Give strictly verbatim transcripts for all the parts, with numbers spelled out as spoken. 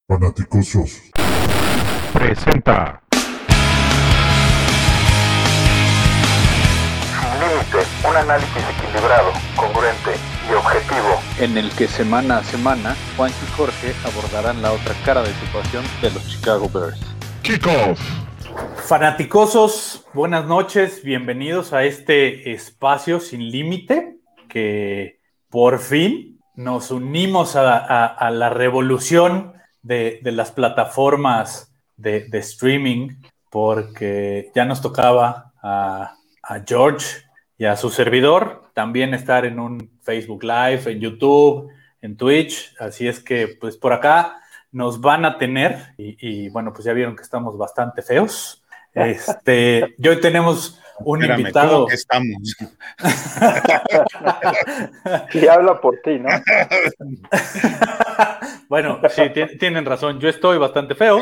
Fanaticosos presenta Sin Límite, un análisis equilibrado, congruente y objetivo, en el que semana a semana Juan y Jorge abordarán la otra cara de situación de los Chicago Bears. Kickoff. Fanaticosos, buenas noches, bienvenidos a este espacio sin límite que por fin nos unimos a, a, a la revolución de, de las plataformas de, de streaming, porque ya nos tocaba a, a George y a su servidor también estar en un Facebook Live, en YouTube, en Twitch, así es que pues por acá nos van a tener y, y bueno, pues ya vieron que estamos bastante feos. Este, y hoy tenemos un Espérame, invitado. ¿cómo que estamos? y habla por ti, ¿no? Bueno, sí, t- tienen razón, yo estoy bastante feo.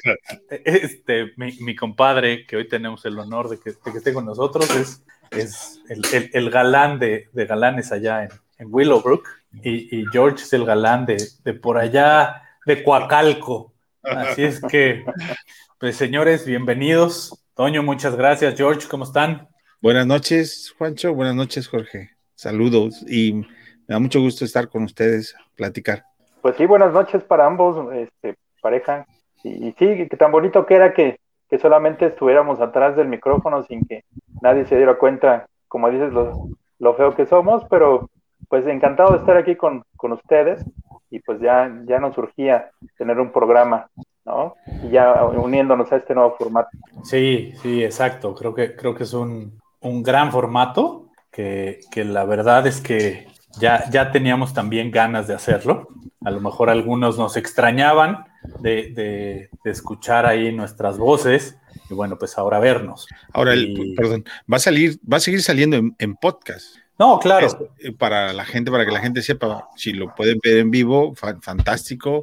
Este, mi, mi compadre, que hoy tenemos el honor de que, de que esté con nosotros, es, es el, el, el galán de, de galanes allá en, en Willowbrook, y, y George es el galán de, de por allá de Coacalco. Así es que, pues señores, bienvenidos. Toño, muchas gracias. George, ¿cómo están? Buenas noches, Juancho. Buenas noches, Jorge. Saludos y me da mucho gusto estar con ustedes, platicar. Pues sí, buenas noches para ambos, este, pareja. Y, y sí, que tan bonito que era que, que solamente estuviéramos atrás del micrófono sin que nadie se diera cuenta, como dices, lo, lo feo que somos, pero pues encantado de estar aquí con, con ustedes y pues ya, ya nos surgía tener un programa, ¿no? Y ya uniéndonos a este nuevo formato. Sí, sí, exacto. Creo que, creo que es un, un gran formato que, que la verdad es que ya, ya teníamos también ganas de hacerlo. A lo mejor algunos nos extrañaban de, de, de escuchar ahí nuestras voces y bueno, pues ahora vernos. Ahora, Y... el, perdón, va a salir, va a seguir saliendo en, en podcast. No, claro. Es, para la gente, para que la gente sepa, si lo pueden ver en vivo, fa- fantástico.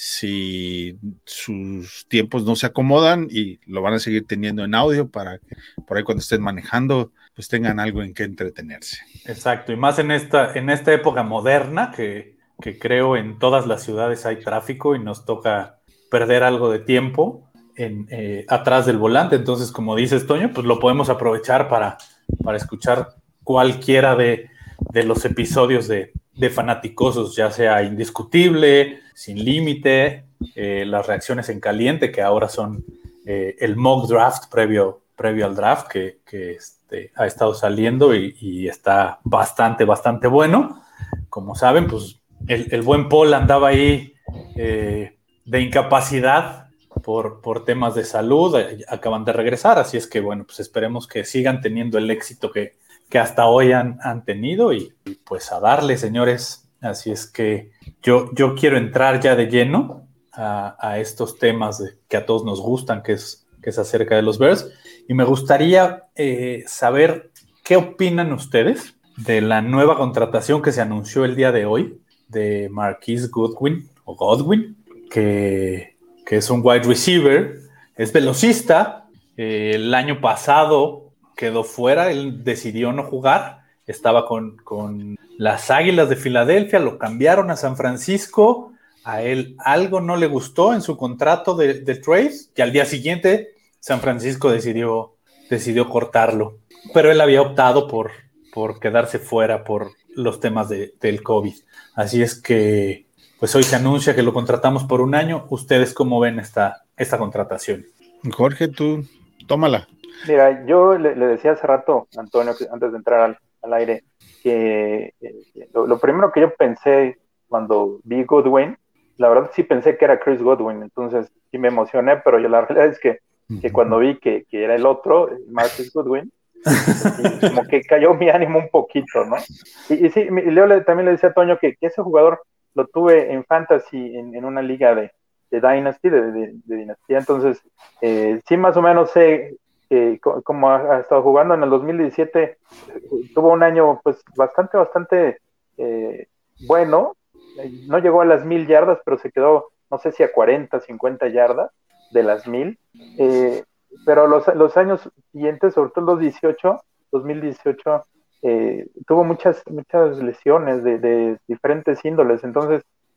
Si sus tiempos no se acomodan y lo van a seguir teniendo en audio para que por ahí cuando estén manejando, pues tengan algo en que entretenerse. Exacto, y más en esta, en esta época moderna que, que creo en todas las ciudades hay tráfico y nos toca perder algo de tiempo en, eh, atrás del volante. Entonces, como dices, Toño, pues lo podemos aprovechar para, para escuchar cualquiera de, de los episodios de, de Fanaticosos, ya sea Indiscutible, Sin Límite, eh, las reacciones en caliente, que ahora son eh, el mock draft previo, previo al draft, que, que este, ha estado saliendo y, y está bastante, bastante bueno. Como saben, pues el, el buen Paul andaba ahí eh, de incapacidad por, por temas de salud, acaban de regresar, así es que bueno, pues esperemos que sigan teniendo el éxito que, que hasta hoy han, han tenido y, y pues a darle, señores. Así es que yo, yo quiero entrar ya de lleno a, a estos temas de, que a todos nos gustan, que es, que es acerca de los Bears, y me gustaría eh, saber qué opinan ustedes de la nueva contratación que se anunció el día de hoy de Marquise Goodwin, o Godwin, que, que es un wide receiver, es velocista, eh, el año pasado quedó fuera, él decidió no jugar, estaba con, con las Águilas de Filadelfia, lo cambiaron a San Francisco, a él algo no le gustó en su contrato de, de trade, y al día siguiente San Francisco decidió, decidió cortarlo, pero él había optado por, por quedarse fuera por los temas de, del COVID. Así es que pues hoy se anuncia que lo contratamos por un año. ¿Ustedes cómo ven esta, esta contratación? Jorge, tú, tómala. Mira, yo le, le decía hace rato, Antonio, que antes de entrar al, al aire, que eh, lo, lo primero que yo pensé cuando vi Godwin, la verdad sí pensé que era Chris Godwin, entonces sí me emocioné, pero yo la realidad es que, que cuando vi que, que era el otro, Marquise Goodwin, sí, como que cayó mi ánimo un poquito, ¿no? Y, y sí, y Leo le, también le decía a Toño que, que ese jugador lo tuve en Fantasy, en, en una liga de, de Dynasty, de, de, de dinastía, entonces eh, sí más o menos sé eh, como ha, ha estado jugando. En el dos mil diecisiete eh, tuvo un año pues bastante, bastante eh, bueno, no llegó a las mil yardas, pero se quedó, no sé si a cuarenta, cincuenta yardas de las mil, eh, pero los, los años siguientes, sobre todo los dieciocho, dos mil dieciocho, eh, tuvo muchas, muchas lesiones de, de diferentes índoles, entonces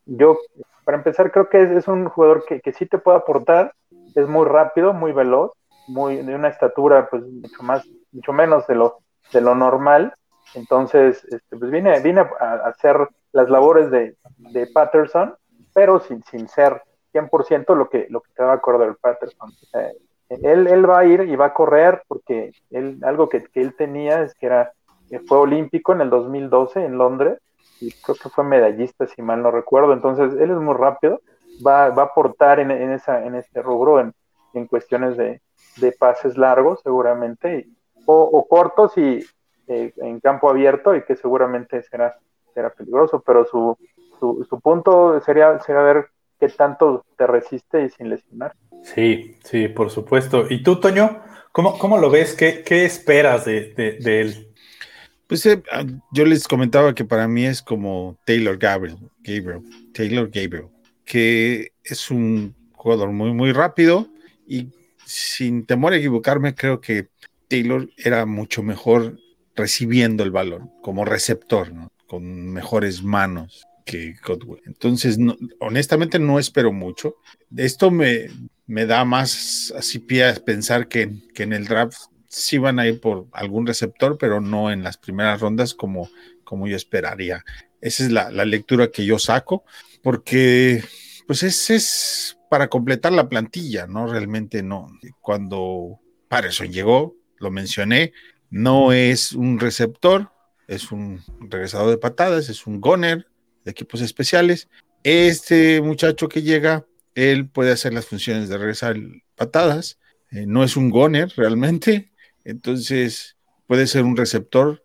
yo, para empezar, creo que es, es un jugador que, que sí te puede aportar, es muy rápido, muy veloz, muy de una estatura pues mucho más, mucho menos de lo, de lo normal. Entonces, este, pues viene, viene a, a hacer las labores de, de Patterson, pero sin, sin ser cien por ciento lo que, lo que te va a acordar Patterson. Eh, él, él va a ir y va a correr porque él, algo que, que él tenía es que era, que fue olímpico en el dos mil doce en Londres y creo que fue medallista si mal no recuerdo. Entonces él es muy rápido, va, va a aportar en, en, esa, en este rubro en, en cuestiones de, de pases largos seguramente y, o, o cortos y eh, en campo abierto y que seguramente será, será peligroso, pero su, su, su punto sería, sería ver qué tanto te resiste y sin lesionar. Sí, sí, por supuesto. ¿Y tú, Toño? ¿Cómo, cómo lo ves? ¿Qué, qué esperas de, de, de él? Pues eh, yo les comentaba que para mí es como Taylor Gabriel, Gabriel, Taylor Gabriel, que es un jugador muy, muy rápido y sin temor a equivocarme, creo que Taylor era mucho mejor recibiendo el balón, como receptor, ¿no? Con mejores manos que Godwin. Entonces, no, honestamente no espero mucho. Esto me, me da más así pie a pensar que, que en el draft sí van a ir por algún receptor, pero no en las primeras rondas como, como yo esperaría. Esa es la, la lectura que yo saco, porque pues ese es para completar la plantilla, ¿no? Realmente no. Cuando Patterson llegó, lo mencioné, no es un receptor, es un regresador de patadas, es un gunner de equipos especiales. Este muchacho que llega, él puede hacer las funciones de regresar patadas, eh, no es un gunner realmente, entonces puede ser un receptor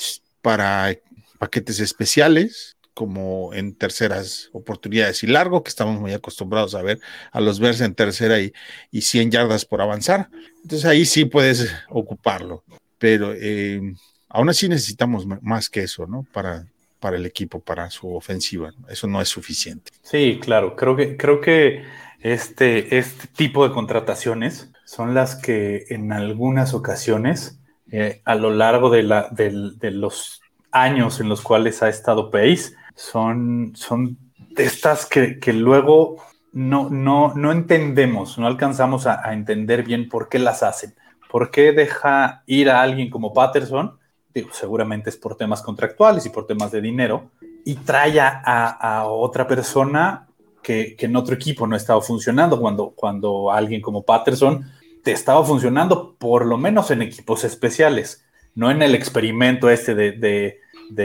para paquetes especiales, como en terceras oportunidades y largo, que estamos muy acostumbrados a ver a los Bears en tercera y, y cien yardas por avanzar. Entonces ahí sí puedes ocuparlo, pero eh, aún así necesitamos más que eso, ¿no? Para, para el equipo, para su ofensiva. Eso no es suficiente. Sí, claro. Creo que, creo que este, este tipo de contrataciones son las que en algunas ocasiones, eh, a lo largo de, la, de, de los años en los cuales ha estado Pace, son, son de estas que, que luego no, no, no entendemos, no alcanzamos a, a entender bien por qué las hacen. ¿Por qué deja ir a alguien como Patterson? Digo, seguramente es por temas contractuales y por temas de dinero, y trae a, a otra persona que, que en otro equipo no estaba funcionando, cuando, cuando alguien como Patterson te estaba funcionando por lo menos en equipos especiales, no en el experimento este de, de,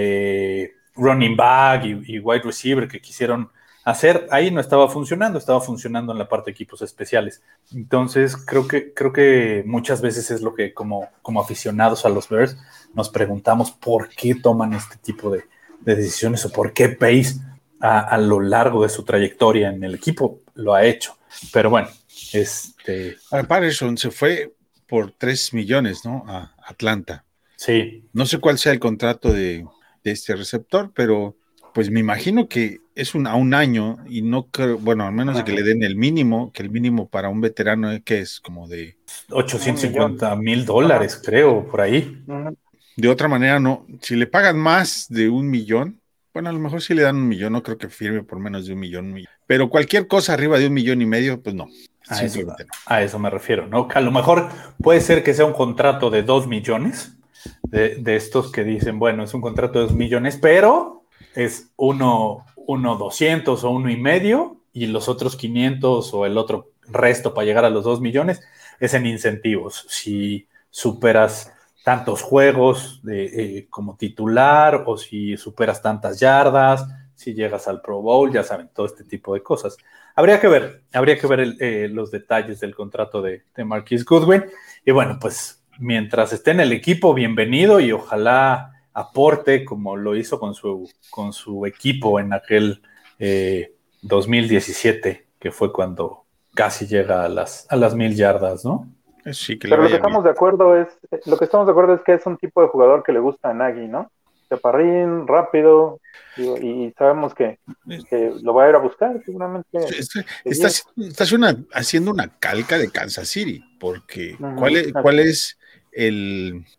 de running back y, y wide receiver que quisieron hacer. Ahí no estaba funcionando, estaba funcionando en la parte de equipos especiales. Entonces creo que, creo que muchas veces es lo que como, como aficionados a los Bears nos preguntamos por qué toman este tipo de, de decisiones o por qué Pace a, a lo largo de su trayectoria en el equipo lo ha hecho. Pero bueno, este... Ahora, Patterson se fue por tres millones, ¿no? A Atlanta. Sí. No sé cuál sea el contrato de, de este receptor, pero pues me imagino que es un, a un año y no creo, bueno, al menos de que le den el mínimo, que el mínimo para un veterano es que es como de ochocientos cincuenta mil dólares, Ajá. creo, por ahí. De otra manera, no. Si le pagan más de un millón, bueno, a lo mejor si le dan un millón, no creo que firme por menos de un millón, un millón. Pero cualquier cosa arriba de un millón y medio, pues no. A eso, no. a eso me refiero, ¿no? A lo mejor puede ser que sea un contrato de dos millones, de, de estos que dicen, bueno, es un contrato de dos millones, pero es uno, uno doscientos o uno y medio, y los otros quinientos o el otro resto para llegar a los dos millones es en incentivos. Si superas tantos juegos de, eh, como titular, o si superas tantas yardas, si llegas al Pro Bowl, ya saben, todo este tipo de cosas. Habría que ver, habría que ver el, eh, los detalles del contrato de, de Marquise Goodwin. Y bueno, pues mientras esté en el equipo, bienvenido, y ojalá aporte como lo hizo con su, con su equipo en aquel eh, dos mil diecisiete, que fue cuando casi llega a las, a las mil yardas, ¿no? Sí, que Pero lo que estamos bien. de acuerdo es, lo que estamos de acuerdo es que es un tipo de jugador que le gusta a Nagy, ¿no? Chaparrín, rápido, y, y sabemos que, que lo va a ir a buscar, seguramente. Está, está, está haciendo, una, haciendo una calca de Kansas City, porque uh-huh. ¿cuál, es, ¿cuál es el,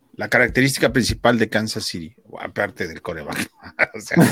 la característica principal de Kansas City, aparte del quarterback. O sea,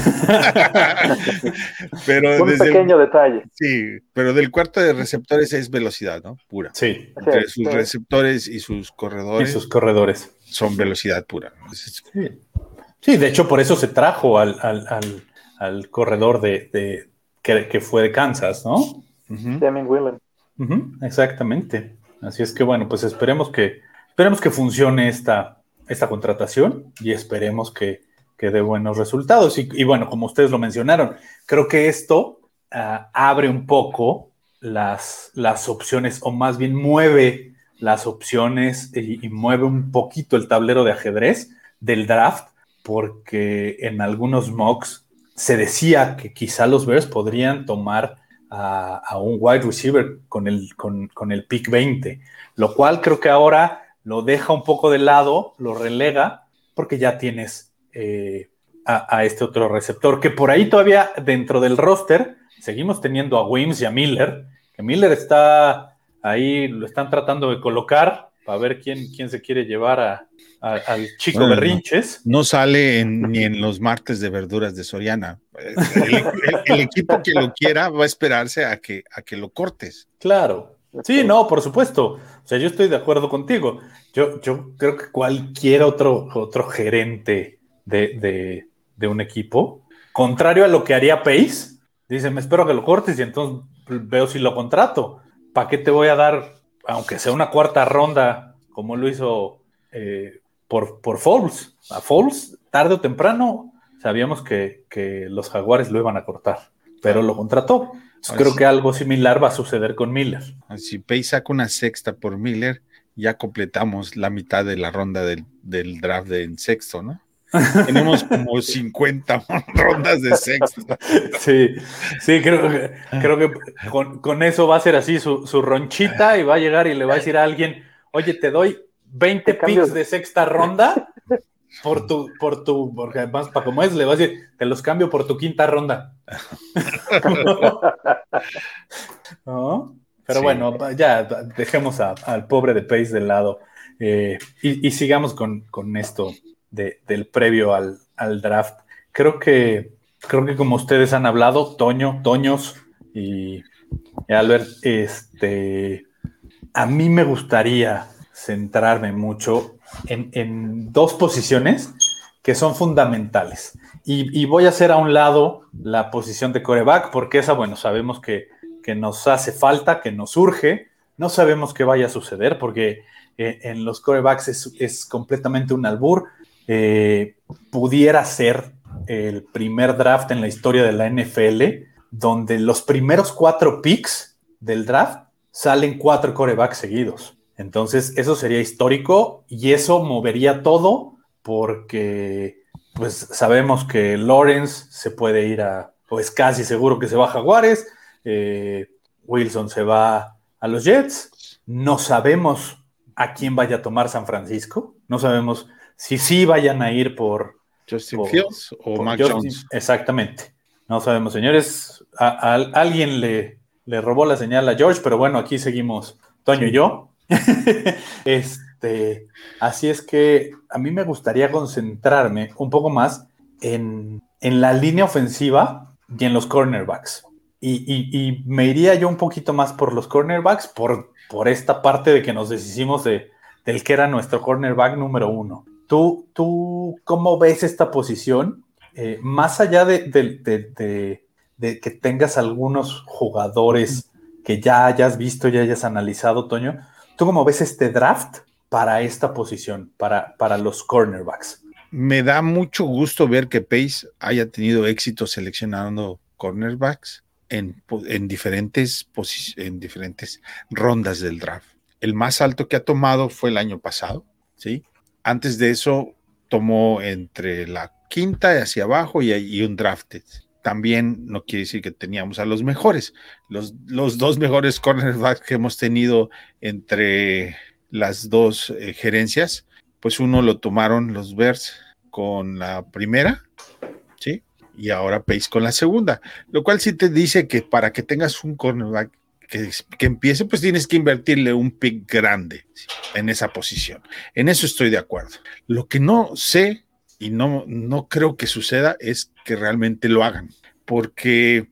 pero Un desde pequeño el, detalle. sí, pero del cuarto de receptores es velocidad, ¿no? Pura. Sí, Entre Sí, sus sí. receptores y sus y corredores sus corredores. son velocidad pura. Entonces, Sí. Sí, de hecho, por eso se trajo al, al, al, al corredor de, de que, que fue de Kansas, ¿no? ujú. Damien Willen. Ujú, exactamente. Así es que, bueno, pues esperemos que, esperemos que funcione esta, esta contratación y esperemos que, que dé buenos resultados. Y, y bueno, como ustedes lo mencionaron, creo que esto uh, abre un poco las, las opciones, o más bien mueve las opciones y, y mueve un poquito el tablero de ajedrez del draft, porque en algunos mocks se decía que quizá los Bears podrían tomar a, a un wide receiver con el, con, con el pick veinte, lo cual creo que ahora lo deja un poco de lado, lo relega, porque ya tienes eh, a, a este otro receptor, que por ahí todavía dentro del roster seguimos teniendo a Wims y a Miller, que Miller está ahí, lo están tratando de colocar para ver quién, quién se quiere llevar a, a, al chico Bueno, Berrinches. No sale en- ni en los martes de verduras de Soriana. El, el- el equipo que lo quiera va a esperarse a que, a que lo cortes. Claro. Sí, no, por supuesto. O sea, yo estoy de acuerdo contigo. Yo, yo creo que cualquier otro, otro gerente de, de, de un equipo, contrario a lo que haría Pace, dice, me espero a que lo cortes y entonces veo si lo contrato. ¿Para qué te voy a dar, aunque sea una cuarta ronda, como lo hizo eh, por, por Foles? A Foles, tarde o temprano, sabíamos que, que los Jaguares lo iban a cortar, pero lo contrató. Entonces, creo sí. que algo similar va a suceder con Miller. Si Pace saca una sexta por Miller, ya completamos la mitad de la ronda del, del draft de en sexto, ¿no? Tenemos como cincuenta rondas de sexto. Sí, sí, creo que, creo que con, con eso va a ser así su, su ronchita y va a llegar y le va a decir a alguien, oye, te doy veinte Te cambio- picks de sexta ronda por tu, por tu, porque además para como es, le va a decir, te los cambio por tu quinta ronda. ¿No? Pero Sí. bueno, ya dejemos a- al pobre de Pace de lado eh, y, y sigamos con, con esto de, del previo al, al draft. Creo que, creo que como ustedes han hablado, Toño, Toños y, y Albert, este, a mí me gustaría centrarme mucho en, en dos posiciones que son fundamentales. Y, y voy a hacer a un lado la posición de quarterback, porque esa, bueno, sabemos que, que nos hace falta, que nos urge. No sabemos qué vaya a suceder, porque eh, en los quarterbacks es, es completamente un albur. Eh, pudiera ser el primer draft en la historia de la N F L donde los primeros cuatro picks del draft salen cuatro quarterbacks seguidos. Entonces, eso sería histórico y eso movería todo porque pues sabemos que Lawrence se puede ir a, o es casi seguro que se va a Jaguares, eh, Wilson se va a los Jets, no sabemos a quién vaya a tomar San Francisco, no sabemos si sí vayan a ir por Justin por, Fields o por Mac Justin, Jones. Exactamente. No sabemos, señores. A, a, a alguien le, le robó la señal a George, pero bueno, aquí seguimos Toño Sí. y yo. este, así es que a mí me gustaría concentrarme un poco más en, en la línea ofensiva y en los cornerbacks. Y, y, y me iría yo un poquito más por los cornerbacks, por, por esta parte de que nos deshicimos de, del que era nuestro cornerback número uno. ¿Tú, tú cómo ves esta posición? Eh, más allá de, de, de, de, de que tengas algunos jugadores que ya hayas visto, ya hayas analizado, Toño, ¿tú cómo ves este draft para esta posición, para, para los cornerbacks? Me da mucho gusto ver que Pace haya tenido éxito seleccionando cornerbacks en, en, diferentes, en diferentes rondas del draft. El más alto que ha tomado fue el año pasado, ¿sí? Antes de eso tomó entre la quinta y hacia abajo y, y un drafted. También no quiere decir que teníamos a los mejores. Los, los dos mejores cornerbacks que hemos tenido entre las dos eh, gerencias, pues uno lo tomaron los Bears con la primera, ¿sí? Y ahora Pace con la segunda. Lo cual sí te dice que para que tengas un cornerback que, que empiece, pues tienes que invertirle un pick grande en esa posición. En eso estoy de acuerdo. Lo que no sé y no, no creo que suceda es que realmente lo hagan, porque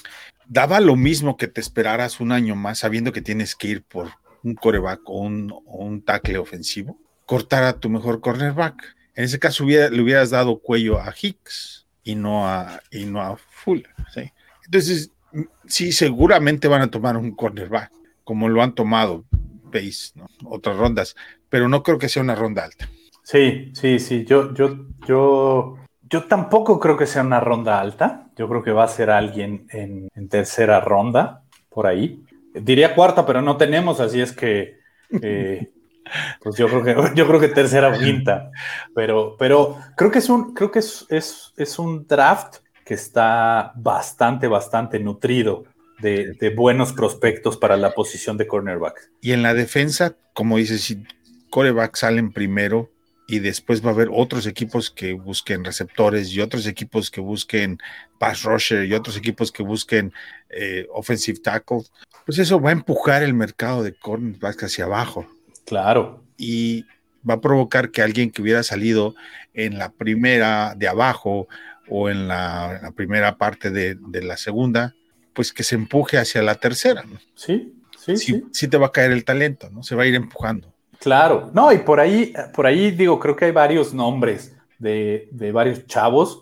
daba lo mismo que te esperaras un año más sabiendo que tienes que ir por un quarterback o un, o un tackle ofensivo, cortar a tu mejor cornerback. En ese caso hubiera, le hubieras dado cuello a Hicks y no a, y no a Fuller, ¿sí? Entonces, sí, seguramente van a tomar un cornerback, como lo han tomado Pace, ¿no? Otras rondas, pero no creo que sea una ronda alta. Sí, sí, sí. Yo, yo, yo, yo tampoco creo que sea una ronda alta. Yo creo que va a ser alguien en, en tercera ronda, por ahí. Diría cuarta, pero no tenemos, así es que eh, pues yo creo que yo creo que tercera o quinta. Pero, pero creo que es un, creo que es, es, es un draft que está bastante, bastante nutrido de, de buenos prospectos para la posición de cornerback. Y en la defensa, como dices, si quarterbacks salen primero y después va a haber otros equipos que busquen receptores y otros equipos que busquen pass rusher y otros equipos que busquen eh, offensive tackle, pues eso va a empujar el mercado de cornerbacks hacia abajo. Claro. Y va a provocar que alguien que hubiera salido en la primera de abajo o en la, la primera parte de, de la segunda, pues que se empuje hacia la tercera, ¿no? Sí, sí, sí, sí. Sí te va a caer el talento, ¿no? Se va a ir empujando. Claro, no, y por ahí, por ahí digo, creo que hay varios nombres de, de varios chavos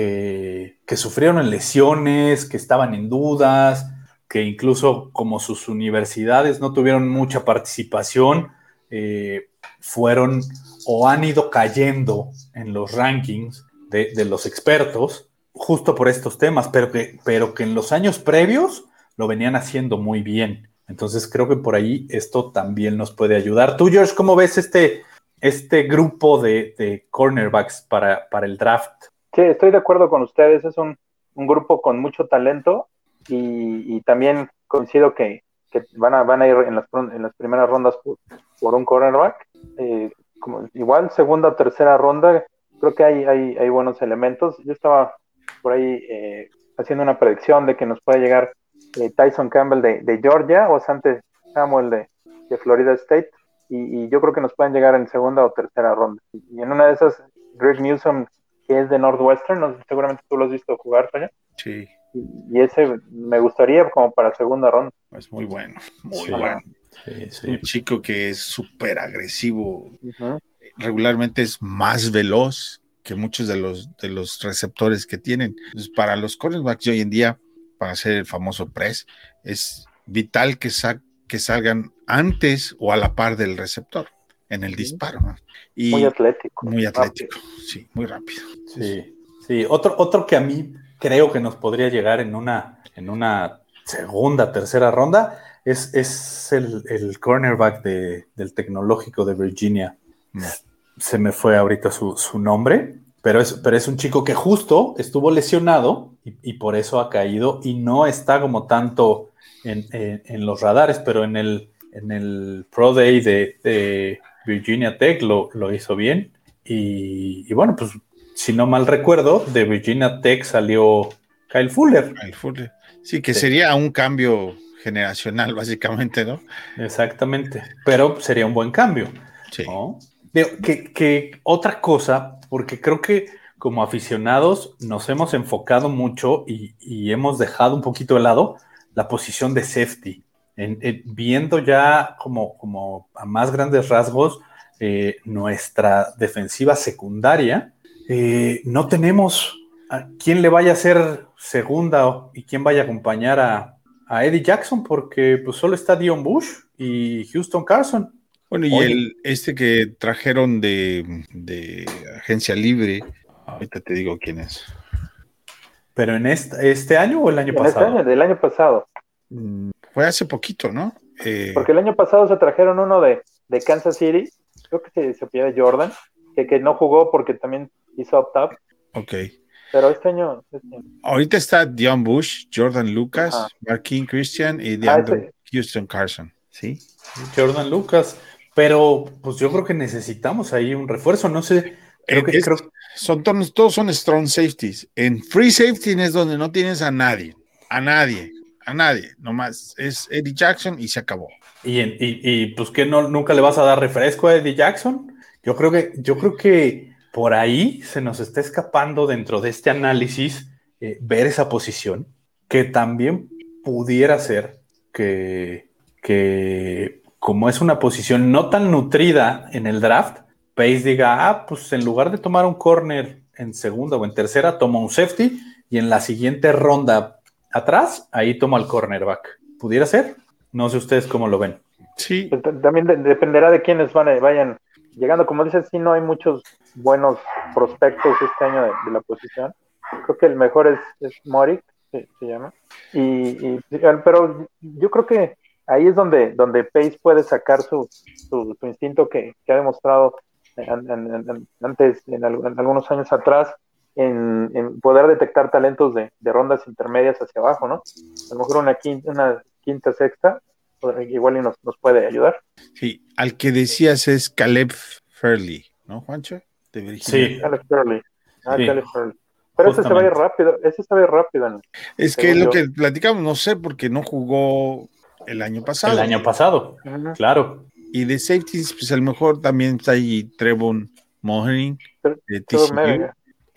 que, que sufrieron lesiones, que estaban en dudas, que incluso como sus universidades no tuvieron mucha participación, eh, fueron o han ido cayendo en los rankings de, de los expertos justo por estos temas, pero que, pero que en los años previos lo venían haciendo muy bien. Entonces creo que por ahí esto también nos puede ayudar. Tú, George, ¿cómo ves este, este grupo de, de cornerbacks para, para el draft? Sí, estoy de acuerdo con ustedes. Es un, un grupo con mucho talento y, y también coincido que, que van, a, van a ir en las, en las primeras rondas por, por un cornerback. Eh, como, igual, segunda o tercera ronda, creo que hay, hay, hay buenos elementos. Yo estaba por ahí eh, haciendo una predicción de que nos puede llegar Eh, Tyson Campbell de, de Georgia o Sante Samuel de, de Florida State y, y yo creo que nos pueden llegar en segunda o tercera ronda y en una de esas Greg Newsome que es de Northwestern, no sé, seguramente tú lo has visto jugar, Toño. Sí. Y, y ese me gustaría como para segunda ronda. Es muy bueno, muy Sí. bueno. Sí, sí. Un chico que es súper agresivo, Uh-huh. regularmente es más veloz que muchos de los, de los receptores que tienen. Entonces, para los cornerbacks de hoy en día, para hacer el famoso press, es vital que, sa- que salgan antes o a la par del receptor en el disparo, ¿no? Y Muy atlético. muy atlético, sí, muy rápido. Sí, sí. Otro, otro que a mí creo que nos podría llegar en una, en una segunda, tercera ronda es, es el, el cornerback de, del Tecnológico de Virginia. Mm. Se me fue ahorita su, su nombre, pero es, pero es un chico que justo estuvo lesionado y, y por eso ha caído y no está como tanto en, en, en los radares, pero en el, en el Pro Day de, de Virginia Tech lo, lo hizo bien. Y, y bueno, pues si no mal recuerdo, de Virginia Tech salió Kyle Fuller. Kyle Fuller. Sí, que Sí. sería un cambio generacional, básicamente, ¿no? Exactamente, pero sería un buen cambio, Sí. ¿no? Digo, que, que otra cosa, porque creo que como aficionados nos hemos enfocado mucho y, y hemos dejado un poquito de lado la posición de safety, en, en, viendo ya como, como a más grandes rasgos eh, nuestra defensiva secundaria, eh, no tenemos a quién le vaya a ser segunda y quién vaya a acompañar a, a Eddie Jackson, porque pues solo está Dion Bush y Houston Carson. Bueno, y Oye. el este que trajeron de, de agencia libre, ahorita te digo quién es. ¿Pero en este, este año o el año En pasado? este año, del año pasado. Fue hace poquito, ¿no? Eh, Porque el año pasado se trajeron uno de, de Kansas City, creo que se, se apellida Jordan, que, que no jugó porque también hizo opt-out. ok. Pero este año... Este año. Ahorita está Dion Bush, Jordan Lucas, Ajá. Marquín Christian y Ah, DeAndre ese- Houston Carson, ¿sí? Jordan Lucas. Pero pues yo creo que necesitamos ahí un refuerzo. No sé. Creo que, Es- creo, Son todos, todos son strong safeties. En free safety es donde no tienes a nadie, a nadie. a nadie, nomás es Eddie Jackson y se acabó. Y, y, y pues que no, nunca le vas a dar refresco a Eddie Jackson. Yo creo que, yo creo que por ahí se nos está escapando dentro de este análisis eh, ver esa posición, que también pudiera ser que, que como es una posición no tan nutrida en el draft, Pace diga, ah, pues en lugar de tomar un corner en segunda o en tercera, toma un safety y en la siguiente ronda atrás, ahí toma el cornerback. ¿Pudiera ser? No sé ustedes cómo lo ven. Sí. Pues, también de, dependerá de quiénes van a, vayan llegando. Como dices, sí, no hay muchos buenos prospectos este año de, de la posición. Creo que el mejor es, es Morik, se, se llama. Y, y, pero yo creo que ahí es donde, donde Pace puede sacar su, su, su instinto que, que ha demostrado en, en, en, antes, en, en algunos años atrás, en, en poder detectar talentos de, de rondas intermedias hacia abajo, ¿no? A lo mejor una quinta, una quinta sexta, igual y nos, nos puede ayudar. Sí, al que decías es Caleb Fairley, ¿no, Juancho? De Virginia. Sí. Caleb Fairley. Ah, Sí. Caleb Fairley. Pero ese se va a ir rápido, ese se va a ir rápido. En, es que lo yo. que platicamos, no sé, porque no jugó el año pasado. El año pasado, uh-huh. Claro. Y de safeties, pues a lo mejor también está ahí Trevon Moehrig, de T C U.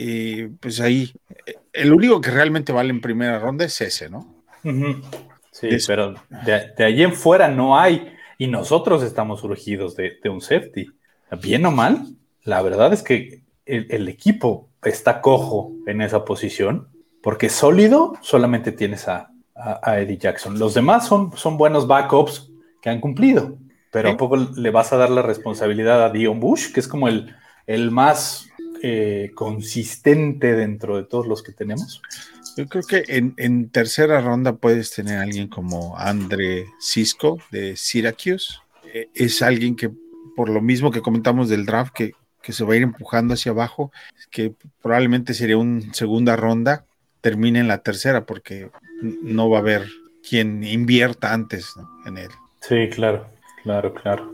Y pues ahí, el único que realmente vale en primera ronda es ese, ¿no? Uh-huh. Sí, de pero de, de ahí en fuera no hay, y nosotros estamos urgidos de, de un safety. Bien o mal, la verdad es que el, el equipo está cojo en esa posición, porque sólido solamente tienes a, a, a Eddie Jackson. Los demás son, son buenos backups que han cumplido, pero ¿sí? ¿A poco le vas a dar la responsabilidad a Dion Bush, que es como el, el más eh, consistente dentro de todos los que tenemos? Yo creo que en, en tercera ronda puedes tener a alguien como Andre Cisco de Syracuse. Eh, es alguien que, por lo mismo que comentamos del draft, que, que se va a ir empujando hacia abajo, que probablemente sería una segunda ronda, termine en la tercera, porque no va a haber quien invierta antes, ¿no?, en él. Sí, claro, claro, claro.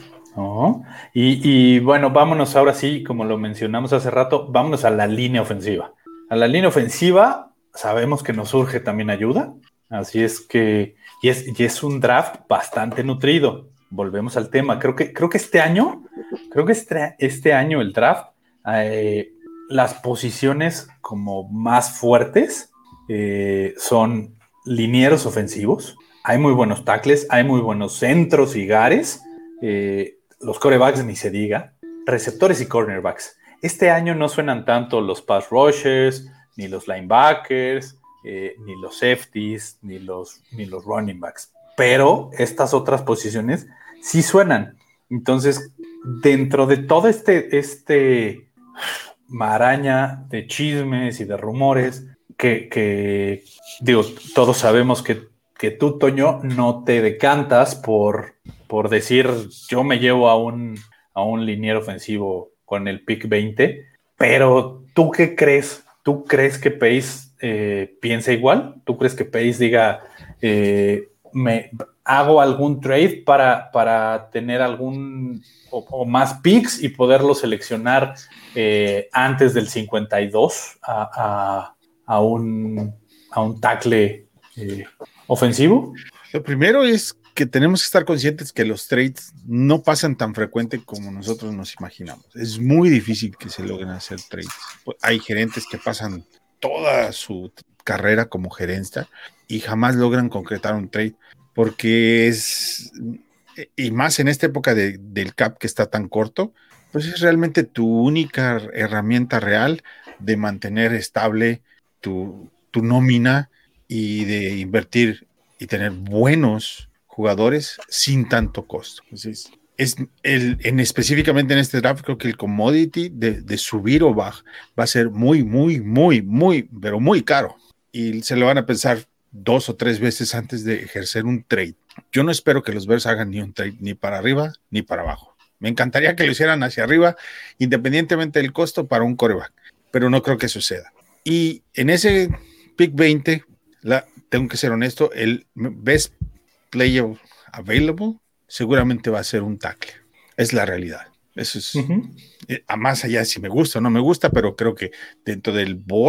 Oh. Y, y bueno, vámonos ahora sí, como lo mencionamos hace rato, vámonos a la línea ofensiva. A la línea ofensiva sabemos que nos urge también ayuda, así es que, y es, y es un draft bastante nutrido. Volvemos al tema, creo que, creo que este año, creo que este, este año el draft, eh, las posiciones como más fuertes eh, son linieros ofensivos, hay muy buenos tackles, hay muy buenos centros y gares, eh, los quarterbacks ni se diga, receptores y cornerbacks. Este año no suenan tanto los pass rushers, ni los linebackers, eh, ni los safeties, ni los, ni los running backs. Pero estas otras posiciones sí suenan. Entonces, dentro de todo este, este maraña de chismes y de rumores, que, que digo, todos sabemos que, que tú, Toño, no te decantas por, por decir, yo me llevo a un, a un liniero ofensivo con el pick veinte, pero ¿tú qué crees? ¿Tú crees que Pace eh, piensa igual? ¿Tú crees que Pace diga, eh, me hago algún trade para, para tener algún o, o más picks y poderlo seleccionar eh, antes del cincuenta y dos a, a, a, un, a un tackle eh, ofensivo? Lo primero es que tenemos que estar conscientes que los trades no pasan tan frecuente como nosotros nos imaginamos. Es muy difícil que se logren hacer trades. Hay gerentes que pasan toda su carrera como gerente y jamás logran concretar un trade, porque es, y más en esta época de, del cap que está tan corto, pues es realmente tu única herramienta real de mantener estable tu, tu nómina y de invertir y tener buenos jugadores sin tanto costo. Entonces, es el, en específicamente en este draft, creo que el commodity de, de subir o bajar va a ser muy, muy, muy, muy, pero muy caro. Y se lo van a pensar dos o tres veces antes de ejercer un trade. Yo no espero que los Bears hagan ni un trade ni para arriba ni para abajo. Me encantaría que lo hicieran hacia arriba, independientemente del costo para un quarterback, pero no creo que suceda. Y en ese pick veinte, la, tengo que ser honesto, el best player available seguramente va a ser un tackle. Es la realidad. Eso es, uh-huh. eh, a más allá si me gusta o no me gusta, pero creo que dentro del board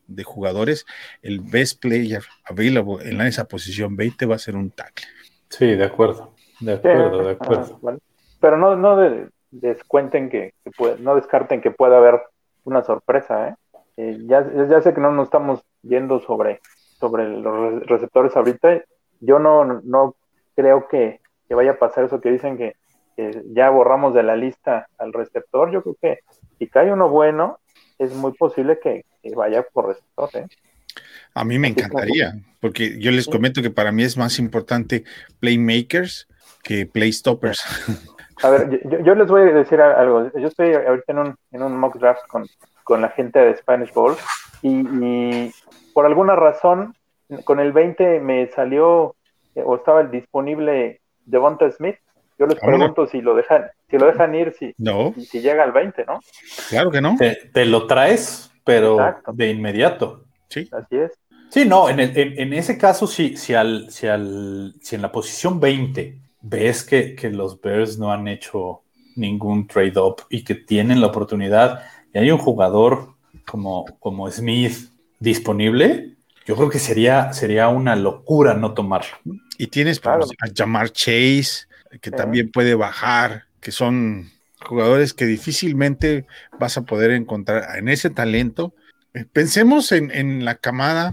de jugadores, el best player available en esa posición veinte va a ser un tackle. Sí, de acuerdo, de acuerdo, de acuerdo. Ah, vale. Pero no, no de, descuenten que, que puede, no descarten que pueda haber una sorpresa, ¿eh? Eh, ya, ya sé que no nos estamos yendo sobre, sobre los receptores ahorita. Yo no, no creo que, que vaya a pasar eso que dicen que, que ya borramos de la lista al receptor. Yo creo que si cae uno bueno, es muy posible que, que vaya por receptor, ¿eh? A mí me Así encantaría, como, porque yo les sí. comento que para mí es más importante playmakers que playstoppers. A ver, yo, yo les voy a decir algo. Yo estoy ahorita en un, en un mock draft con, con la gente de Spanish Bowl y, y por alguna razón con el veinte me salió eh, o estaba disponible Devonta Smith. Yo les Ahora, pregunto si lo dejan, si lo dejan ir, si, no, si, si llega al veinte, ¿no? claro que no. Te, te lo traes, pero Exacto. de inmediato. Sí, Así es. Sí, no, en, el- en, en ese caso, si, si, al, si, al, si en la posición veinte ves que, que los Bears no han hecho ningún trade-up y que tienen la oportunidad y hay un jugador como, como Smith disponible, yo creo que sería, sería una locura no tomarlo. y tienes Claro. pues, a Jamar Chase, que Sí. también puede bajar, que son jugadores que difícilmente vas a poder encontrar en ese talento. Eh, Pensemos en, en la camada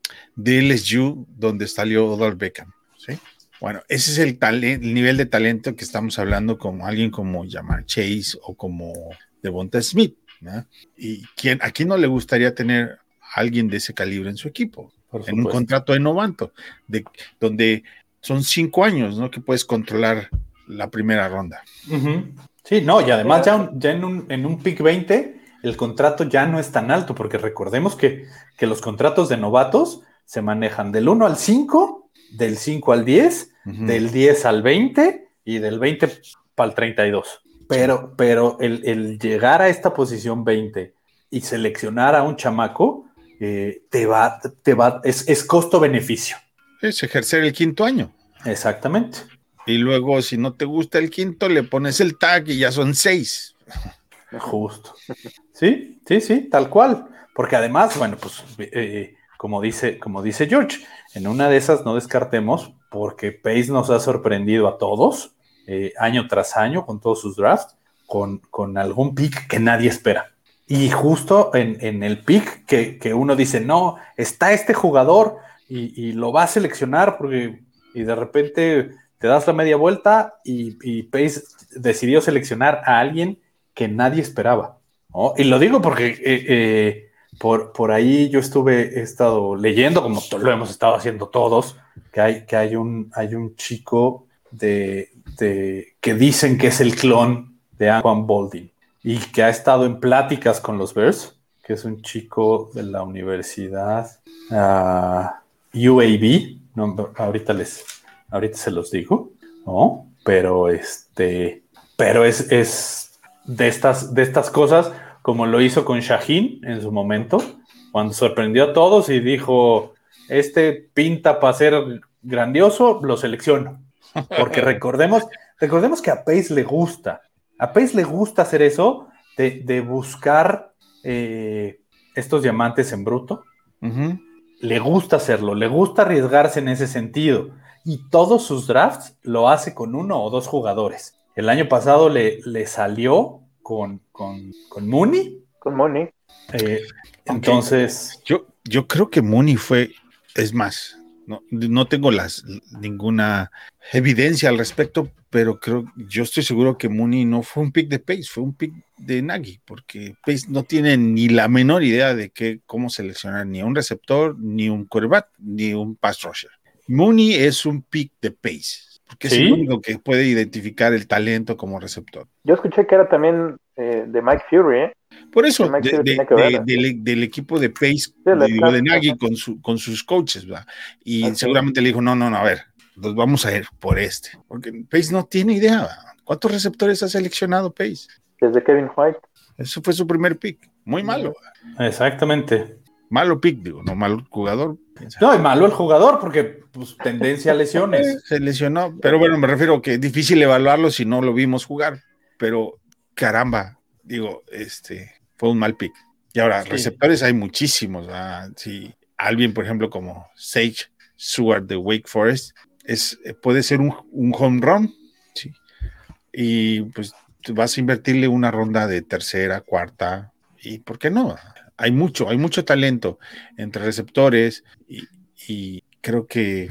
de L S U donde salió Odell Beckham, ¿sí? Bueno, ese es el, talen- el nivel de talento que estamos hablando con alguien como Jamar Chase o como Devonta Smith, ¿no? ¿Y quién, a quién no le gustaría tener a alguien de ese calibre en su equipo? Por En un supuesto. contrato de novato, de, donde son cinco años, ¿no? Que puedes controlar la primera ronda. Ujú. Sí, no, y además ya, un- ya en, un, en un pick veinte el contrato ya no es tan alto, porque recordemos que, que los contratos de novatos se manejan del uno al cinco, del cinco al diez, Ujú. del diez al veinte y del veinte para el treinta y dos. Pero, pero el, el llegar a esta posición veinte y seleccionar a un chamaco, eh, te va, te va, es, es costo-beneficio. Es ejercer el quinto año. Exactamente. Y luego, si no te gusta el quinto, le pones el tag y ya son seis. Justo. Sí, sí, sí, tal cual. Porque además, bueno, pues eh, como dice, como dice George, en una de esas no descartemos, porque Pace nos ha sorprendido a todos, eh, año tras año, con todos sus drafts, con, con algún pick que nadie espera. Y justo en, en el pick que, que uno dice, no, está este jugador y, y lo va a seleccionar porque, y de repente te das la media vuelta y, y Pace decidió seleccionar a alguien que nadie esperaba, ¿no? Y lo digo porque eh, eh, por, por ahí yo estuve, he estado leyendo, como to- lo hemos estado haciendo todos, que hay, que hay, un, hay un chico de, de, que dicen que es el clon de Anquan Boldin y que ha estado en pláticas con los Bears, que es un chico de la universidad uh, U A B, no, ahorita, les, ahorita se los digo, ¿no? Pero este, pero es... es de estas, de estas cosas, como lo hizo con Shaheen en su momento, cuando sorprendió a todos y dijo, este pinta para ser grandioso, lo selecciono. Porque recordemos, recordemos que a Pace le gusta, a Pace le gusta hacer eso, de, de buscar eh, estos diamantes en bruto. Uh-huh. Le gusta hacerlo, le gusta arriesgarse en ese sentido. Y todos sus drafts lo hace con uno o dos jugadores. El año pasado le, le salió con, con, con Mooney. Con Mooney. Eh, entonces. Yo, yo creo que Mooney fue, es más, no, no tengo las, ninguna evidencia al respecto, pero creo, yo estoy seguro que Mooney no fue un pick de Pace, fue un pick de Nagy, porque Pace no tiene ni la menor idea de qué, cómo seleccionar ni a un receptor, ni un quarterback, ni un pass rusher. Mooney es un pick de Pace, porque ¿sí? Es el único que puede identificar el talento como receptor. Yo escuché que era también eh, de Mike Fury, ¿eh? Por eso, de, de, de, ver, de, ¿sí? del equipo de Pace, sí, de, de Nagy con, su, con sus coaches, ¿verdad? Y okay. seguramente le dijo, no, no, no, a ver, nos vamos a ir por este, porque Pace no tiene idea, ¿verdad? ¿Cuántos receptores ha seleccionado Pace? Desde Kevin White. Eso fue su primer pick, muy malo. ¿Verdad? Exactamente. Malo pick, digo, no malo jugador. No, es malo el jugador porque pues, tendencia a lesiones. Se lesionó, pero bueno, me refiero que es difícil evaluarlo si no lo vimos jugar, pero caramba, digo, este, fue un mal pick. Y ahora, Sí. receptores hay muchísimos. ¿verdad? Si alguien, por ejemplo, como Sage Stewart de Wake Forest, es, puede ser un, un home run, ¿sí? Y pues vas a invertirle una ronda de tercera, cuarta, y ¿por qué no? Hay mucho, hay mucho talento entre receptores y, y creo que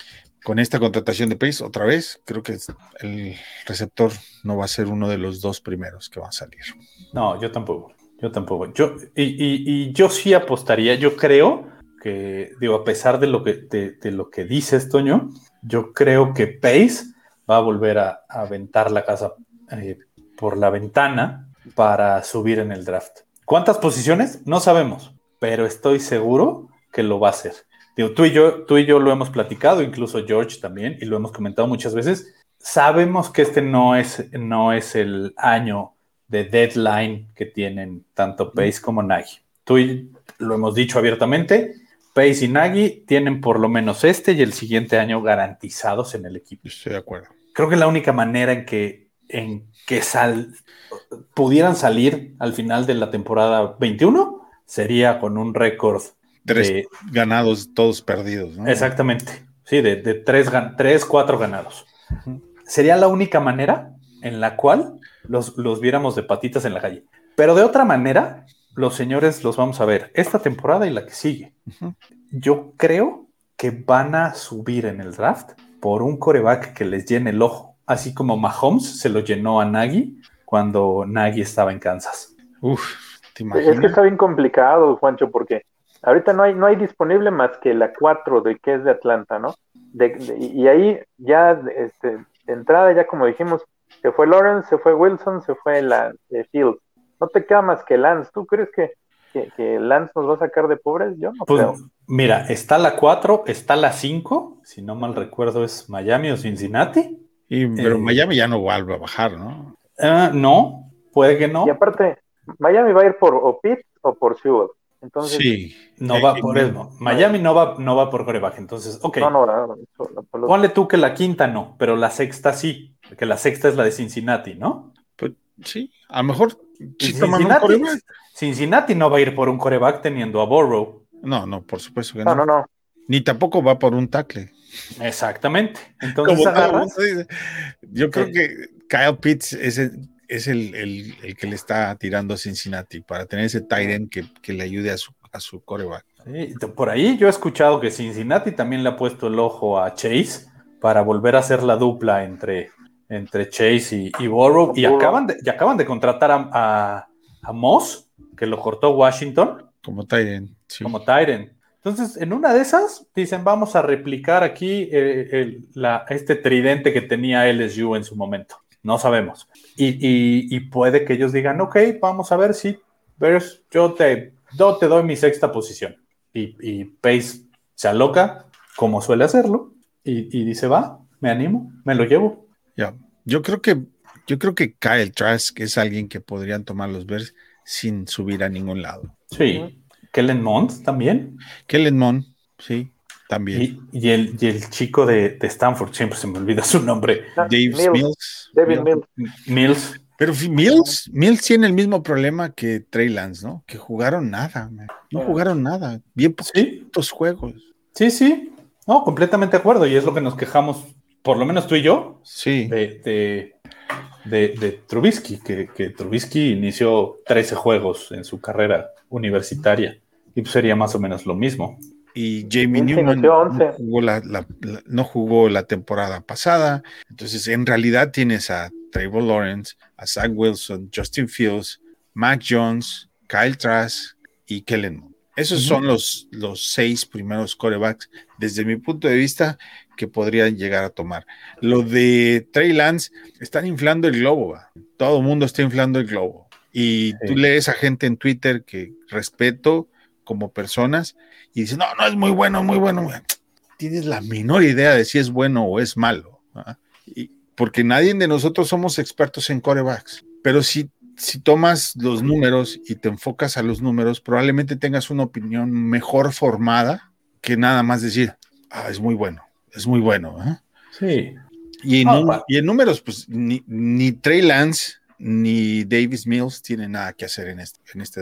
con esta contratación de Pace, otra vez, creo que el receptor no va a ser uno de los dos primeros que va a salir. No, yo tampoco. Yo tampoco. Yo, y, y, y yo sí apostaría, yo creo que, digo, a pesar de lo que, de, de lo que dices, Toño, yo creo que Pace va a volver a, a aventar la casa eh, por la ventana para subir en el draft. ¿Cuántas posiciones? No sabemos, pero estoy seguro que lo va a hacer. Digo, tú y yo, tú y yo lo hemos platicado, incluso George también, y lo hemos comentado muchas veces. Sabemos que este no es, no es el año de deadline que tienen tanto Pace como Nagy. Tú y lo hemos dicho abiertamente, Pace y Nagy tienen por lo menos este y el siguiente año garantizados en el equipo. Estoy de acuerdo. Creo que la única manera en que, en que sal, pudieran salir al final de la temporada veintiuno sería con un récord Tres de, ganados, todos perdidos, ¿no? Exactamente, sí, de, de tres, tres, cuatro ganados. Uh-huh. Sería la única manera en la cual los, los viéramos de patitas en la calle. Pero de otra manera, los señores los vamos a ver esta temporada y la que sigue. Uh-huh. Yo creo que van a subir en el draft por un quarterback que les llene el ojo, así como Mahomes se lo llenó a Nagy cuando Nagy estaba en Kansas. Uf, ¿te imaginas? Es que está bien complicado, Juancho, porque ahorita no hay, no hay disponible más que la cuatro de que es de Atlanta, ¿no? De, de, y ahí ya este, de entrada, ya como dijimos, se fue Lawrence, se fue Wilson, se fue la eh, Fields. No te queda más que Lance. ¿Tú crees que, que, que Lance nos va a sacar de pobres? Yo no pues, creo. Mira, está la cuatro, está la cinco, si no mal recuerdo es Miami o Cincinnati. Y, pero eh, Miami ya no vuelve a bajar, ¿no? Uh, no, puede que no. Y aparte, Miami va a ir por o Pitt o por Sewell. Entonces, sí. No eh, va por él, no. Miami no va, no va por coreback, entonces, ok. No, no, no, no, no. Ponle tú que la quinta no, pero la sexta sí, que la sexta es la de Cincinnati, ¿no? Pues sí, a lo mejor sí Cincinnati, Cincinnati no va a ir por un coreback teniendo a Burrow. No, no, por supuesto que no. no. No, no, Ni tampoco va por un tackle. Exactamente. Entonces Como agarras. Yo creo sí. que Kyle Pitts es el, es el, el, el que le está tirando a Cincinnati para tener ese tight end que, que le ayude a su, a su quarterback. Sí, por ahí yo he escuchado que Cincinnati también le ha puesto el ojo a Chase para volver a hacer la dupla entre, entre Chase y, y Burrow. Y acaban, de, y acaban de contratar a, a, a Moss, que lo cortó Washington. Como tight end. Sí. Como tight end. Entonces, en una de esas, dicen, vamos a replicar aquí eh, el, la, este tridente que tenía L S U en su momento. No sabemos. Y, y, y puede que ellos digan, ok, vamos a ver si ves, yo te, yo te doy mi sexta posición. Y, y Pace se aloca, como suele hacerlo, y, y dice, va, me animo, me lo llevo. Ya, yeah. yo creo que yo creo que Kyle Trask es alguien que podrían tomar los Bears sin subir a ningún lado. Sí. Uh-huh. Kellen Mond también. Kellen Mond, sí, también. Y, y, el, y el chico de, de Stanford, siempre se me olvida su nombre. Dave Mills. Mills. David Mills. Mills. Pero Mills, Mills tiene el mismo problema que Trey Lance, ¿no? Que jugaron nada, man. no jugaron nada, bien poquitos ¿Sí? juegos. Sí, sí, no, completamente de acuerdo, y es lo que nos quejamos, por lo menos tú y yo, sí. de, de, de, de Trubisky, que, que Trubisky inició trece juegos en su carrera universitaria, y pues sería más o menos lo mismo. Y Jamie Newman no jugó la, la, la, no jugó la temporada pasada, entonces en realidad tienes a Trevor Lawrence, a Zach Wilson, Justin Fields, Mac Jones, Kyle Trask y Kellen Mond. Esos uh-huh. son los, los seis primeros quarterbacks, desde mi punto de vista, que podrían llegar a tomar. Lo de Trey Lance, están inflando el globo, ¿va? Todo el mundo está inflando el globo. Y sí. tú lees a gente en Twitter que respeto como personas y dicen, no, no es muy bueno, muy bueno. Tienes la menor idea de si es bueno o es malo. ¿va? Y porque nadie de nosotros somos expertos en quarterbacks, pero si, si tomas los números y te enfocas a los números, probablemente tengas una opinión mejor formada que nada más decir, ah, es muy bueno, es muy bueno. ¿eh? Sí. Y en, oh, y en números, pues ni, ni Trey Lance ni Davis Mills tienen nada que hacer en este, en este draft.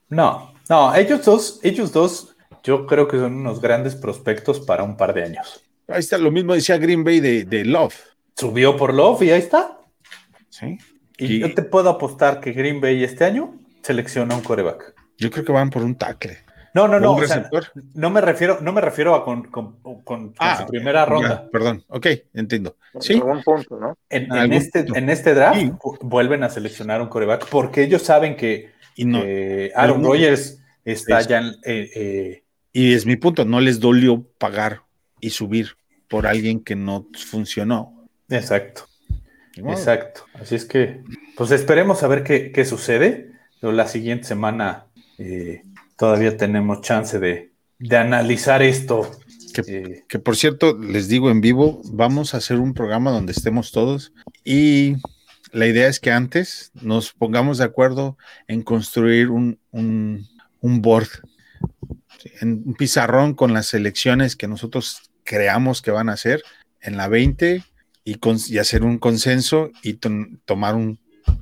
No, no, ellos dos, ellos dos, yo creo que son unos grandes prospectos para un par de años. Ahí está, lo mismo decía Green Bay de, de Love. Subió por Love y ahí está. Sí. Y, Y yo te puedo apostar que Green Bay este año selecciona un quarterback. yo creo que van por un tackle. No, no, no, Un o sea, receptor. no me refiero, no me refiero a con, con, con- con Ah, su primera ya, ronda. perdón. Ok, entiendo. En Sí, algún punto, ¿no? En, en en algún este, punto. en este draft Sí. vu- vuelven a seleccionar un quarterback porque ellos saben que, Y no, que Aaron no- Rodgers está es- ya en, eh, eh, y es mi punto, no les dolió pagar y subir por alguien que no funcionó. exacto. Ni modo. Exacto. Así es que, pues esperemos a ver qué, qué sucede. Pero la siguiente semana eh, todavía tenemos chance de, de analizar esto. Que, Eh, que por cierto, les digo en vivo, vamos a hacer un programa donde estemos todos y la idea es que antes nos pongamos de acuerdo en construir un, un, un board, ¿sí? En un pizarrón con las selecciones que nosotros creamos que van a hacer en la veinte y, con, y hacer un consenso y ton, tomar un,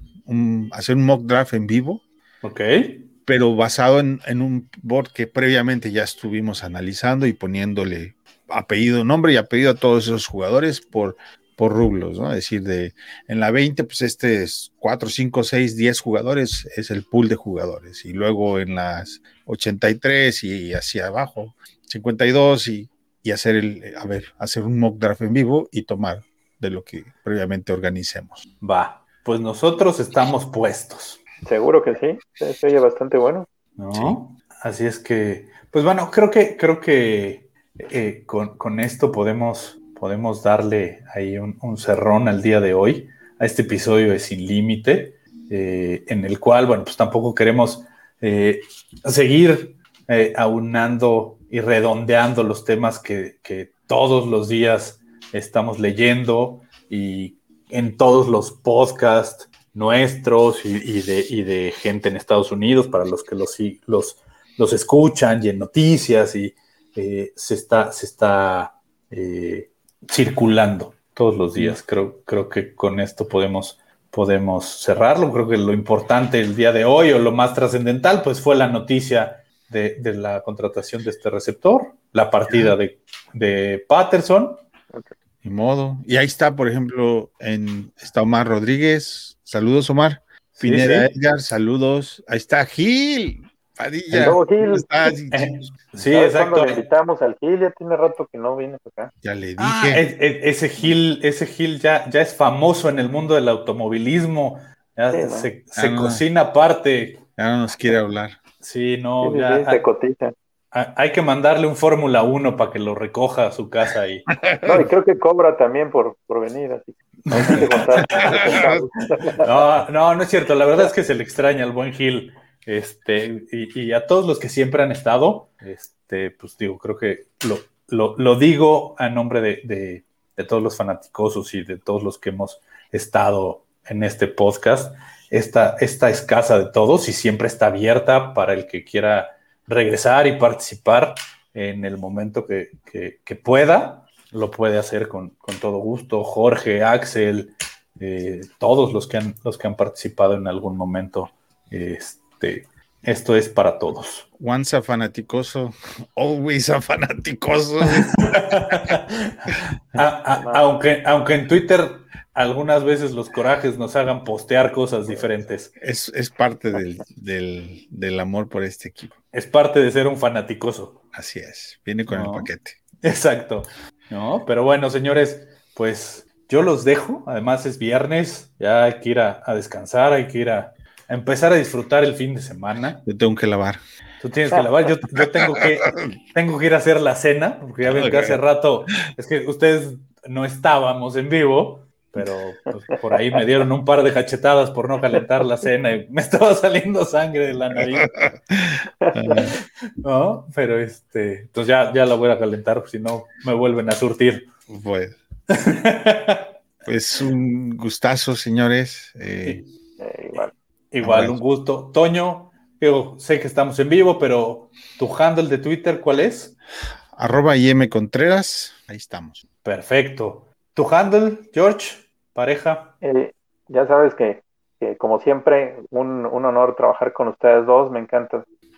un, hacer un mock draft en vivo. ok. Pero basado en, en un board que previamente ya estuvimos analizando y poniéndole apellido, nombre y apellido a todos esos jugadores por, por rublos, ¿no? Es decir, de, en la veinte, pues este es cuatro, cinco, seis, diez jugadores, es el pool de jugadores. Y luego en las ochenta y tres y hacia abajo, cincuenta y dos y, y hacer el, a ver, hacer un mock draft en vivo y tomar de lo que previamente organicemos. Va. Pues nosotros estamos puestos. Seguro que sí, se, se oye bastante bueno. ¿No? Sí. Así es que, pues bueno, creo que, creo que eh, con, con esto podemos, podemos darle ahí un, un cerrón al día de hoy, a este episodio de Sin Límite, eh, en el cual, bueno, pues tampoco queremos eh, seguir eh, aunando y redondeando los temas que, que todos los días estamos leyendo y en todos los podcasts nuestros y, y, de, y de gente en Estados Unidos, para los que los, los, los escuchan y en noticias, y eh, se está, se está eh, circulando todos los días. Creo, creo que con esto podemos, podemos cerrarlo. Creo que lo importante el día de hoy, o lo más trascendental, pues fue la noticia de, de la contratación de este receptor, la partida de, de Patterson. Okay. Ni modo. Y ahí está, por ejemplo, en, está Omar Rodríguez. Saludos, Omar. Sí, Pineda sí. Edgar, saludos. Ahí está Gil Padilla. Hello, Gil. ¿Cómo estás? Eh, sí, ¿Sabes exacto. cuándo le invitamos al Gil? Ya tiene rato que no viene para acá. Ya le dije. Ah, es, es, ese Gil, ese Gil ya, ya es famoso en el mundo del automovilismo. Ya Sí, ¿no? se, se Ah, no. cocina aparte. Ya no nos quiere hablar. Sí, no, Sí, sí, ya sí, se cotiza. hay, hay que mandarle un Fórmula uno para que lo recoja a su casa y No, y creo que cobra también por, por venir, así que no hay que contar. no, no, no es cierto. La verdad es que se le extraña al buen Gil. Este, y, y a todos los que siempre han estado, este, pues digo, creo que lo, lo, lo digo a nombre de, de, de todos los fanáticosos y de todos los que hemos estado en este podcast. Esta, esta es casa de todos y siempre está abierta para el que quiera regresar y participar en el momento que, que, que pueda. Lo puede hacer con, con todo gusto. Jorge, Axel, eh, todos los que, han, los que han participado en algún momento. Este, esto es para todos. Once a fanaticoso, always a fanaticoso. a, a, aunque, aunque en Twitter algunas veces los corajes nos hagan postear cosas diferentes. Es, es parte del, del, del amor por este equipo. Es parte de ser un fanaticoso. Así es, viene con No. el paquete. Exacto. No, pero bueno, señores, pues yo los dejo. Además es viernes, ya hay que ir a, a descansar, hay que ir a, a empezar a disfrutar el fin de semana. Yo tengo que lavar. Tú tienes que lavar, yo, yo tengo que tengo que ir a hacer la cena, porque ya ven que hace rato, es que ustedes no estábamos en vivo, pero pues, por ahí me dieron un par de cachetadas por no calentar la cena y me estaba saliendo sangre de la nariz. ¿No? Pero este, entonces ya, ya la voy a calentar, si no me vuelven a surtir. Pues, pues un gustazo, señores. Eh, Eh, igual. Igual, Bueno. un gusto. Toño, yo sé que estamos en vivo, pero tu handle de Twitter, ¿cuál es? arroba I M Contreras, ahí estamos. Perfecto. ¿Tu handle, George? ¿Pareja? Eh, ya sabes que, que como siempre, un, un honor trabajar con ustedes dos. Me encanta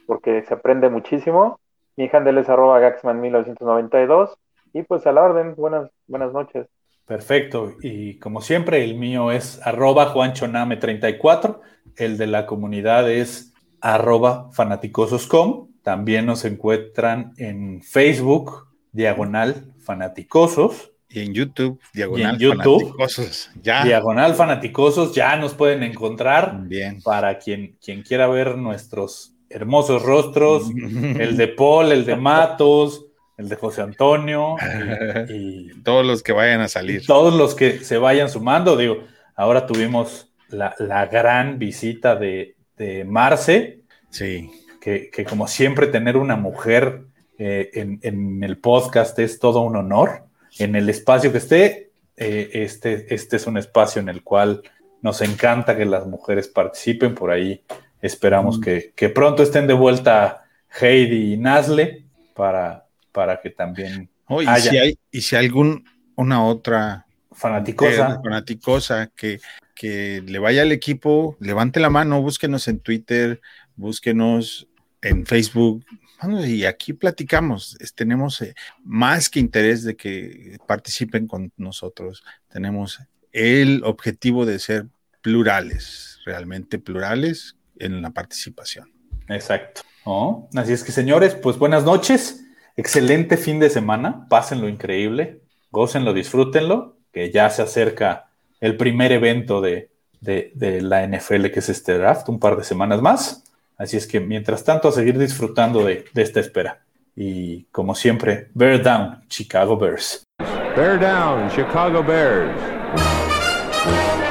porque se aprende muchísimo. Mi handle es arroba gaxman mil novecientos noventa y dos y pues a la orden, buenas, buenas noches. Perfecto, y como siempre el mío es arroba juanchoname treinta y cuatro, el de la comunidad es arroba fanaticosos.com. También nos encuentran en Facebook, diagonal fanaticosos. Y en YouTube, diagonal y en YouTube, fanaticosos. Ya. Diagonal fanaticosos, ya nos pueden encontrar. Bien. Para quien, quien quiera ver nuestros hermosos rostros, el de Paul, el de Matos, el de José Antonio, y, y todos los que vayan a salir. Todos los que se vayan sumando. Digo, ahora tuvimos la, la gran visita de, de Marce. Sí. Que, que como siempre tener una mujer eh, en, en el podcast es todo un honor. En el espacio que esté, eh, este, este es un espacio en el cual nos encanta que las mujeres participen. Por ahí esperamos mm. que, que pronto estén de vuelta Heidi y Nazle para, para que también oh, y haya. Si hay, y si algún una otra fanaticosa, mujer, fanaticosa que, que le vaya al equipo, levante la mano, búsquenos en Twitter, búsquenos en Facebook, bueno, y aquí platicamos. Tenemos eh, más que interés de que participen con nosotros. Tenemos el objetivo de ser plurales, realmente plurales en la participación. Exacto. ¿No? Así es que, señores, pues buenas noches, excelente fin de semana, pásenlo increíble, gócenlo, disfrútenlo, que ya se acerca el primer evento de, de, de la N F L, que es este draft, un par de semanas más. Así es que, mientras tanto, a seguir disfrutando de, de esta espera. Y, como siempre, Bear Down, Chicago Bears. Bear Down, Chicago Bears.